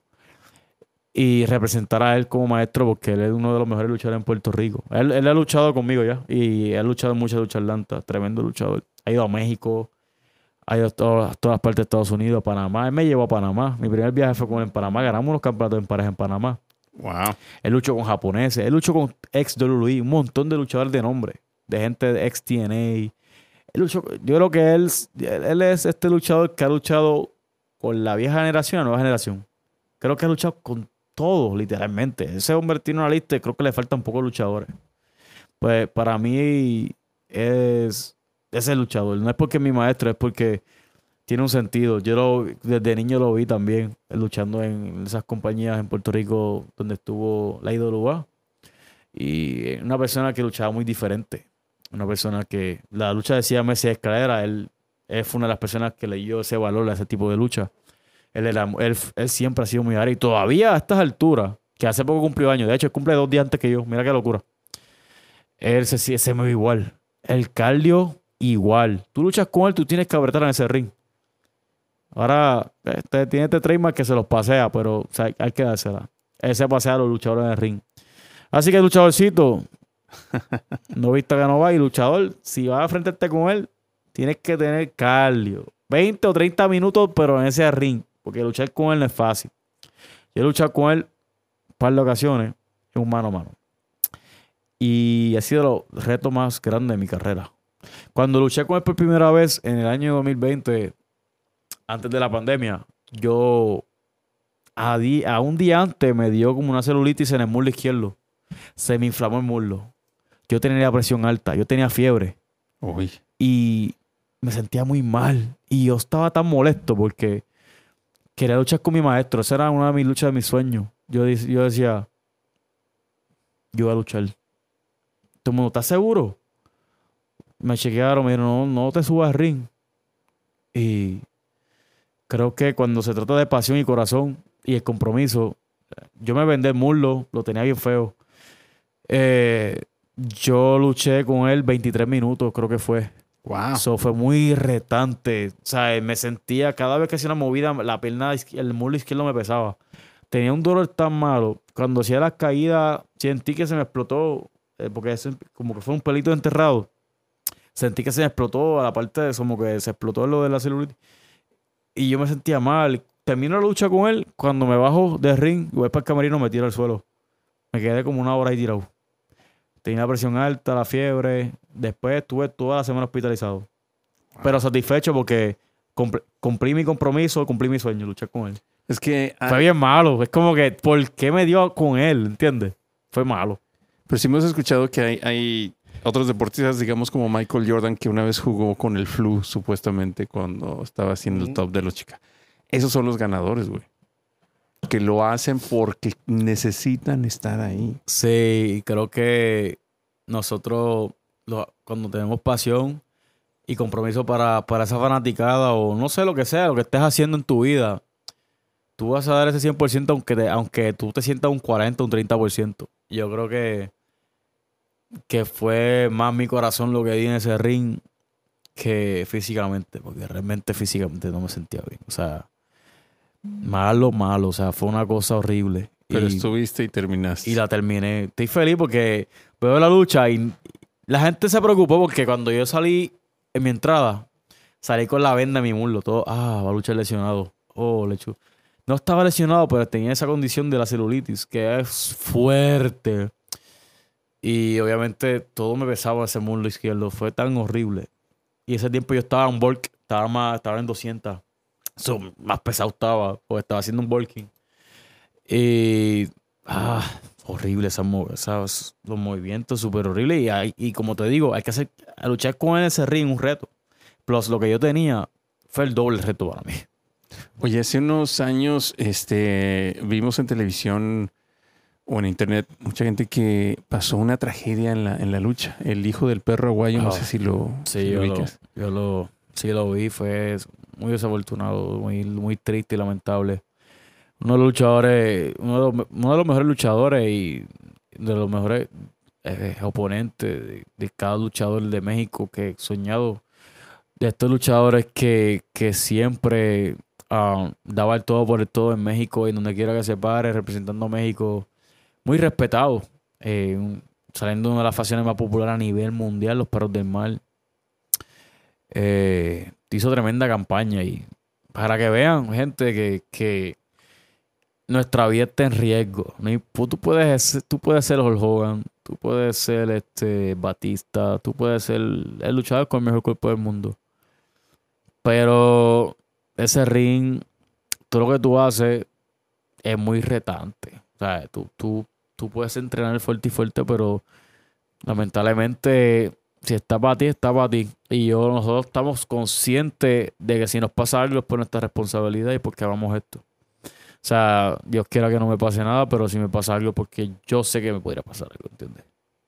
A: Y representar a él como maestro, porque él es uno de los mejores luchadores en Puerto Rico. Él ha luchado conmigo ya. Y ha luchado en muchas luchas Atlanta. Tremendo luchador. Ha ido a México. Ha ido a todas partes de Estados Unidos, a Panamá. Él me llevó a Panamá. Mi primer viaje fue con él en Panamá. Ganamos unos campeonatos en pareja en Panamá.
B: Wow.
A: Él luchó con japoneses. Él luchó con ex WWE. Un montón de luchadores de nombre. De gente de ex TNA. Yo creo que él es este luchador que ha luchado con la vieja generación y la nueva generación. Creo que ha luchado con todos, literalmente. Ese hombre tiene una lista y creo que le faltan pocos luchadores. Pues para mí es ese luchador. No es porque es mi maestro, es porque tiene un sentido. Desde niño lo vi también, luchando en esas compañías en Puerto Rico donde estuvo la IWA. Y una persona que luchaba muy diferente. Una persona que la lucha decía Messi Escalera, él fue una de las personas que le dio ese valor a ese tipo de lucha. Él siempre ha sido muy área y todavía a estas alturas, que hace poco cumplió años, de hecho, él cumple 2 días antes que yo, mira qué locura. Él se mueve igual. El cardio, igual. Tú luchas con él, tú tienes que apretar en ese ring. Ahora, tiene este trademark que se los pasea, pero o sea, hay que dársela. Él se pasea a los luchadores en el ring. Así que, luchadorcito, no vista que no va. Y luchador, si vas a enfrentarte con él, tienes que tener cardio. 20 o 30 minutos, pero en ese ring. Porque luchar con él no es fácil. Yo he luchado con él un par de ocasiones en un mano a mano. Y ha sido el reto más grande de mi carrera. Cuando luché con él por primera vez en el año 2020, antes de la pandemia, yo a un día antes me dio como una celulitis en el muslo izquierdo. Se me inflamó el muslo. Yo tenía la presión alta, yo tenía fiebre.
B: Uy.
A: Y me sentía muy mal. Y yo estaba tan molesto porque quería luchar con mi maestro. Esa era una de mis luchas de mis sueños. Yo decía, yo voy a luchar. Todo el mundo, ¿estás seguro? Me chequearon, me dijeron, no te subas al ring. Y creo que cuando se trata de pasión y corazón y el compromiso, yo me vendé el muslo, lo tenía bien feo. Yo luché con él 23 minutos, creo que fue.
B: Wow.
A: Eso fue muy retante. O sea, me sentía, cada vez que hacía una movida, la pierna, el muslo izquierdo me pesaba. Tenía un dolor tan malo. Cuando hacía las caídas, sentí que se me explotó, porque como que fue un pelito enterrado. Sentí que se me explotó a la parte de eso, como que se explotó lo de la celulitis. Y yo me sentía mal. Termino la lucha con él. Cuando me bajo del ring, voy para el camerino, me tiro al suelo. Me quedé como 1 hora ahí tirado. Tenía la presión alta, la fiebre. Después estuve toda la semana hospitalizado. Wow. Pero satisfecho porque cumplí mi compromiso, cumplí mi sueño, luchar con él.
B: Es que...
A: Fue bien malo. Es como que, ¿por qué me dio con él? ¿Entiendes? Fue malo.
B: Pero sí hemos escuchado que hay otros deportistas, digamos como Michael Jordan, que una vez jugó con el flu, supuestamente, cuando estaba haciendo el top de los chicas. Esos son los ganadores, güey. Que lo hacen porque necesitan estar ahí.
A: Sí, creo que nosotros, cuando tenemos pasión y compromiso para esa fanaticada o no sé lo que sea, lo que estés haciendo en tu vida, tú vas a dar ese 100% aunque tú te sientas un 40, un 30%. Yo creo que fue más mi corazón lo que di en ese ring que físicamente, porque realmente físicamente no me sentía bien. O sea, malo. O sea, fue una cosa horrible.
B: Pero estuviste y terminaste.
A: Y la terminé. Estoy feliz porque veo la lucha y la gente se preocupó porque cuando yo salí en mi entrada, salí con la venda en mi muslo. Todo, va a luchar lesionado. No estaba lesionado, pero tenía esa condición de la celulitis, que es fuerte. Y obviamente todo me pesaba ese muslo izquierdo. Fue tan horrible. Y ese tiempo yo estaba en bulk, estaba en 200. So, más pesado estaba, porque estaba haciendo un bulking. Y... horrible los movimientos, súper horribles. Y como te digo, hay que luchar con él en ese ring, un reto. Plus, lo que yo tenía fue el doble reto para mí.
B: Oye, hace unos años vimos en televisión o en internet mucha gente que pasó una tragedia en la lucha. El hijo del perro aguayo, no sé si lo ubicas.
A: Sí lo vi, fue muy desafortunado, muy triste y lamentable. Uno de los luchadores, uno de los mejores luchadores y de los mejores oponentes de cada luchador de México que he soñado. De estos luchadores que siempre daba el todo por el todo en México y donde quiera que se pare, representando a México. Muy respetado. Saliendo de una de las facciones más populares a nivel mundial, los Perros del Mal. Hizo tremenda campaña y para que vean, gente, que nuestra vida está en riesgo. Tú puedes ser Hulk Hogan, tú puedes ser Batista, tú puedes ser el luchador con el mejor cuerpo del mundo. Pero ese ring, todo lo que tú haces es muy retante. O sea, tú puedes entrenar fuerte y fuerte, pero lamentablemente, si está para ti, está para ti. Y nosotros estamos conscientes de que si nos pasa algo es por nuestra responsabilidad y porque amamos esto. O sea, Dios quiera que no me pase nada, pero si me pasa algo porque yo sé que me podría pasar algo, ¿entiendes?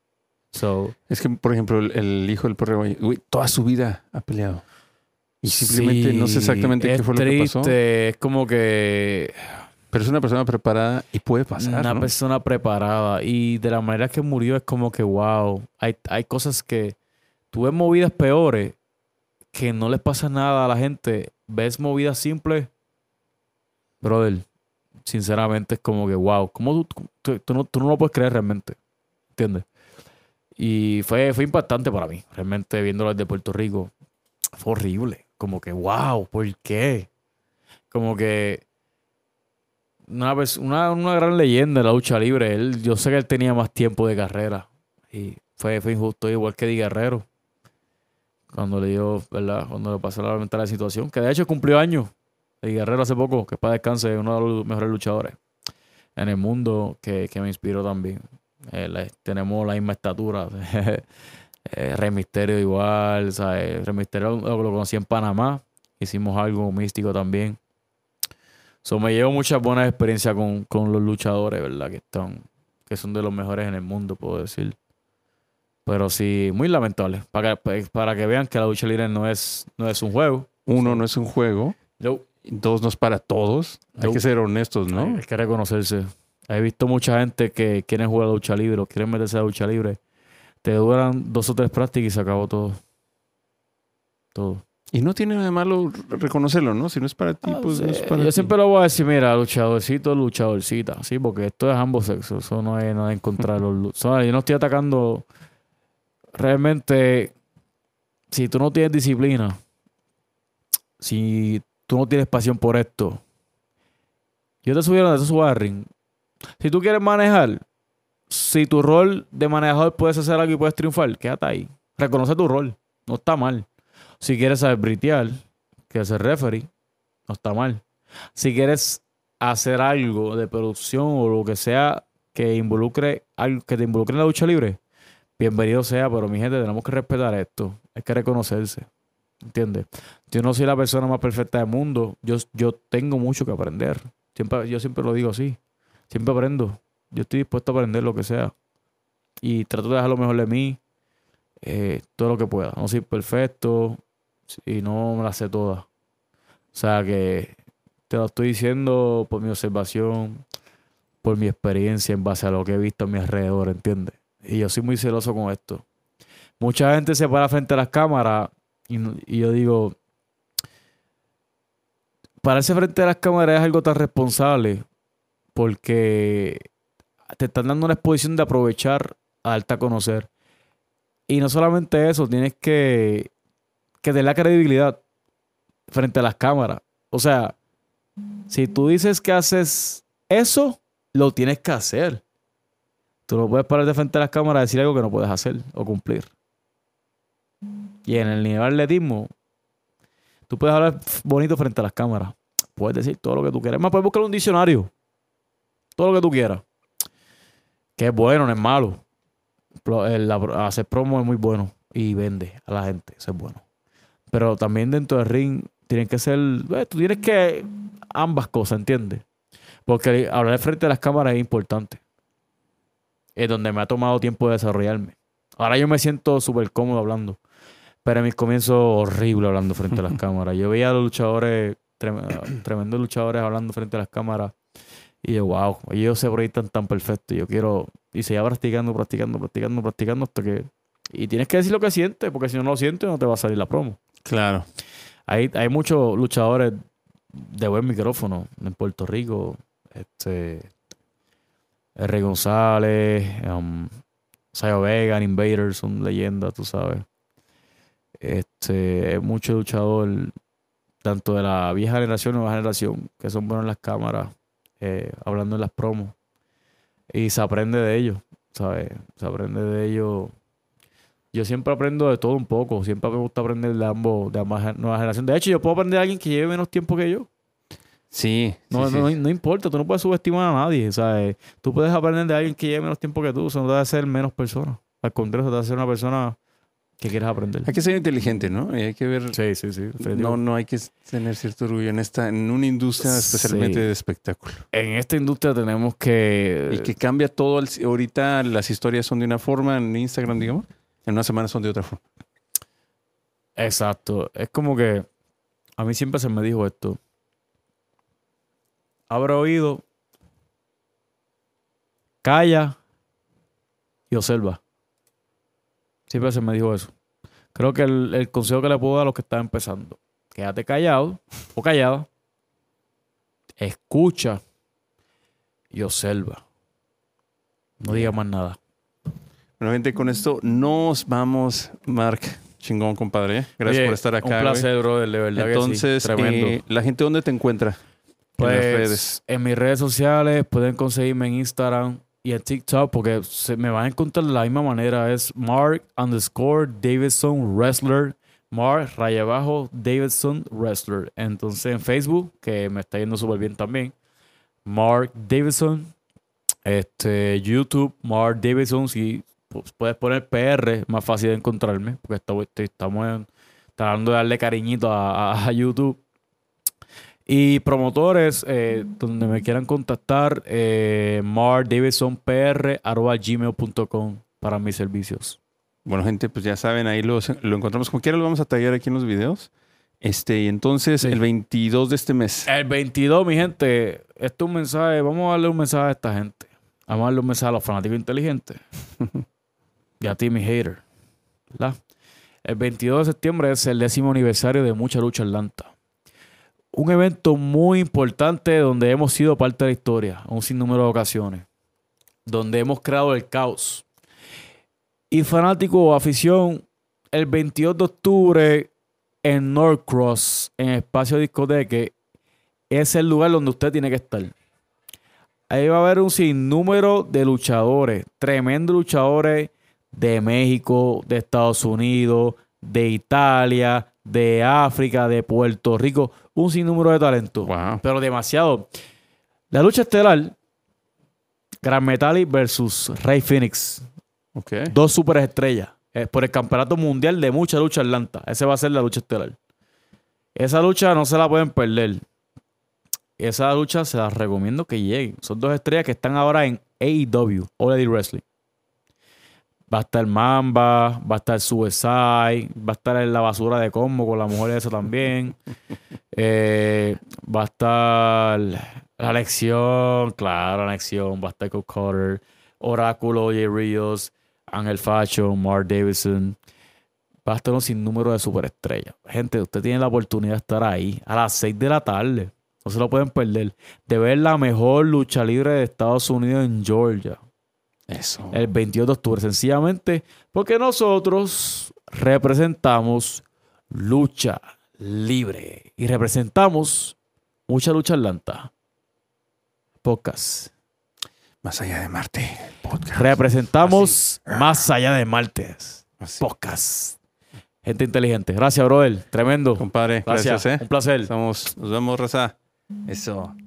B: Es que, por ejemplo, el hijo del perro, toda su vida ha peleado. Y simplemente no sé exactamente qué fue lo que pasó.
A: Es como que...
B: Pero es una persona preparada y puede pasar,
A: Una persona preparada. Y de la manera que murió es como que, wow. Hay cosas que... Tú ves movidas peores que no les pasa nada a la gente. Ves movidas simples. Brother, sinceramente es como que, wow. ¿Cómo tú no lo puedes creer realmente? ¿Entiendes? Y fue impactante para mí. Realmente viéndolo desde Puerto Rico. Fue horrible. Como que, wow, ¿por qué? Como que... Una gran leyenda de la lucha libre. Yo sé que él tenía más tiempo de carrera. Y fue injusto, igual que Eddie Guerrero. Cuando le dio, ¿verdad? Cuando le pasó la lamentable situación. Que de hecho cumplió años. Eddie Guerrero hace poco, que para descanse, uno de los mejores luchadores en el mundo que me inspiró también. Tenemos la misma estatura. Rey Mysterio igual. ¿Sabes? Rey Mysterio lo conocí en Panamá. Hicimos algo místico también. Me llevo muchas buenas experiencias con los luchadores, ¿verdad? Que son de los mejores en el mundo, puedo decir. Pero sí, muy lamentable. Para que vean que la lucha libre no es un juego.
B: Uno, no es un juego.
A: No.
B: Dos, no es para todos. Hay que ser honestos, ¿no?
A: Hay que reconocerse. He visto mucha gente que quieren jugar a la lucha libre o quieren meterse a la lucha libre. Te duran 2 o 3 prácticas y se acabó todo. Todo.
B: Y no tiene nada de malo reconocerlo, ¿no? Si no es para ti, pues no es para ti.
A: Yo siempre lo voy a decir, mira, luchadorcito, luchadorcita. Sí, porque esto es ambos sexos. Eso no es nada en contra de los... yo no estoy atacando... Realmente, si tú no tienes disciplina, si tú no tienes pasión por esto, yo te subí al ring. Si tú quieres manejar, si tu rol de manejador puedes hacer algo y puedes triunfar, quédate ahí. Reconoce tu rol. No está mal. Si quieres saber britear, quieres ser referee, no está mal. Si quieres hacer algo de producción o lo que sea que involucre algo que te involucre en la lucha libre, bienvenido sea, pero mi gente, tenemos que respetar esto. Hay que reconocerse. ¿Entiendes? Yo no soy la persona más perfecta del mundo. Yo tengo mucho que aprender. Yo siempre lo digo así. Siempre aprendo. Yo estoy dispuesto a aprender lo que sea. Y trato de dejar lo mejor de mí. Todo lo que pueda. No soy perfecto. Y no me la sé todas. O sea que te lo estoy diciendo por mi observación, por mi experiencia en base a lo que he visto a mi alrededor, ¿entiendes? Y yo soy muy celoso con esto. Mucha gente se para frente a las cámaras y yo digo, pararse frente a las cámaras es algo tan responsable porque te están dando una exposición de aprovechar a darte a conocer. Y no solamente eso, tienes que tener la credibilidad frente a las cámaras. O sea, si tú dices que haces eso, lo tienes que hacer. Tú no puedes parar de frente a las cámaras y decir algo que no puedes hacer o cumplir. Y en el nivel de atletismo, tú puedes hablar bonito frente a las cámaras. Puedes decir todo lo que tú quieras. Más, puedes buscar un diccionario. Todo lo que tú quieras. Que es bueno, no es malo. Hacer promo es muy bueno. Y vende a la gente. Eso es bueno. Pero también dentro del ring tienen que ser... tú tienes que... ambas cosas, ¿entiendes? Porque hablar frente a las cámaras es importante. Es donde me ha tomado tiempo de desarrollarme. Ahora yo me siento súper cómodo hablando. Pero en mis comienzos horrible hablando frente a las cámaras. Yo veía a los luchadores, tremendos luchadores hablando frente a las cámaras. Y yo, wow, ellos se proyectan tan perfecto. Yo quiero... Y seguía practicando hasta que... Y tienes que decir lo que sientes, porque si no lo sientes no te va a salir la promo.
B: Claro.
A: Hay muchos luchadores de buen micrófono en Puerto Rico. R. González, Sayo Vega, Invaders, son leyendas, tú sabes. Mucho luchador, tanto de la vieja generación y nueva generación, que son buenos en las cámaras, hablando en las promos. Y se aprende de ellos, ¿sabes? Se aprende de ellos. Yo siempre aprendo de todo un poco. Siempre me gusta aprender de ambas nuevas generaciones. De hecho, yo puedo aprender de alguien que lleve menos tiempo que yo.
B: Sí.
A: No importa, tú no puedes subestimar a nadie, ¿sabes? Tú puedes aprender de alguien que lleve menos tiempo que tú. Eso no te debe ser menos persona. Al contrario, te debe ser una persona que quieres aprender.
B: Hay que ser inteligente, ¿no? Y hay que ver...
A: Sí.
B: No hay que tener cierto orgullo en una industria especialmente de espectáculo.
A: En esta industria tenemos que...
B: Y que cambia todo. Ahorita las historias son de una forma en Instagram, digamos. En una semana son de otra forma.
A: Exacto. Es como que a mí siempre se me dijo esto. Abre oído, calla y observa. Siempre se me dijo eso. Creo que el consejo que le puedo dar a los que están empezando. Quédate callado o callada. Escucha y observa. No diga más nada.
B: Bueno, gente, con esto nos vamos. Mark, chingón, compadre. Gracias por estar acá.
A: Un placer, brother, de verdad.
B: Entonces,
A: que sí. Tremendo.
B: ¿La gente dónde te encuentra?
A: Pues,
B: en las redes.
A: En mis redes sociales pueden conseguirme en Instagram y en TikTok porque me van a encontrar de la misma manera. Es Mark_Davidson Wrestler. Mark_Davidson Wrestler. Entonces en Facebook, que me está yendo súper bien también. Mark Davidson. YouTube, Mark Davidson. Si puedes poner PR, más fácil de encontrarme. Porque estamos tratando de darle cariñito a YouTube. Y donde me quieran contactar, markdavidsonpr@gmail.com para mis servicios.
B: Bueno, gente, pues ya saben, ahí lo encontramos. Como quiera lo vamos a tallar aquí en los videos. Y entonces, sí. El 22 de este mes.
A: El 22, mi gente, esto es un mensaje. Vamos a darle un mensaje a esta gente. Vamos a darle un mensaje a los fanáticos inteligentes. Y a ti, mi hater. ¿Verdad? El 22 de septiembre es el 10º aniversario de Mucha Lucha Atlanta. Un evento muy importante donde hemos sido parte de la historia, un sinnúmero de ocasiones, donde hemos creado el caos. Y fanático o afición, el 22 de octubre en Norcross, en Espacio Discoteque, es el lugar donde usted tiene que estar. Ahí va a haber un sinnúmero de luchadores, tremendos luchadores de México, de Estados Unidos, de Italia, de África, de Puerto Rico, un sinnúmero de talentos.
B: Wow.
A: Pero demasiado. La lucha estelar, Gran Metalik versus Rey Fénix.
B: Okay.
A: 2 superestrellas por el campeonato mundial de Mucha Lucha Atlanta. Esa va a ser la lucha estelar. Esa lucha no se la pueden perder. Esa lucha se las recomiendo que lleguen. Son 2 estrellas que están ahora en AEW, All Elite Wrestling. Va a estar Mamba, va a estar Suicide, va a estar en la basura de Combo con la mujer esa también. Va a estar la Lección, claro, la Lección. Va a estar Cole Carter, Oráculo, Jay Rios, Ángel Facho, Mark Davidson. Va a estar un sinnúmero de superestrellas. Gente, usted tiene la oportunidad de estar ahí a las 6 de la tarde. No se lo pueden perder. De ver la mejor lucha libre de Estados Unidos en Georgia.
B: Eso.
A: El 22 de octubre, sencillamente, porque nosotros representamos lucha libre y representamos Mucha Lucha Atlanta. Podcast.
B: Más allá de Marte. Podcast.
A: Representamos Más allá de Martes.
B: Así.
A: Podcast. Gente inteligente. Gracias, brother. Tremendo.
B: Compadre, gracias.
A: Un placer.
B: Nos vemos, raza. Eso.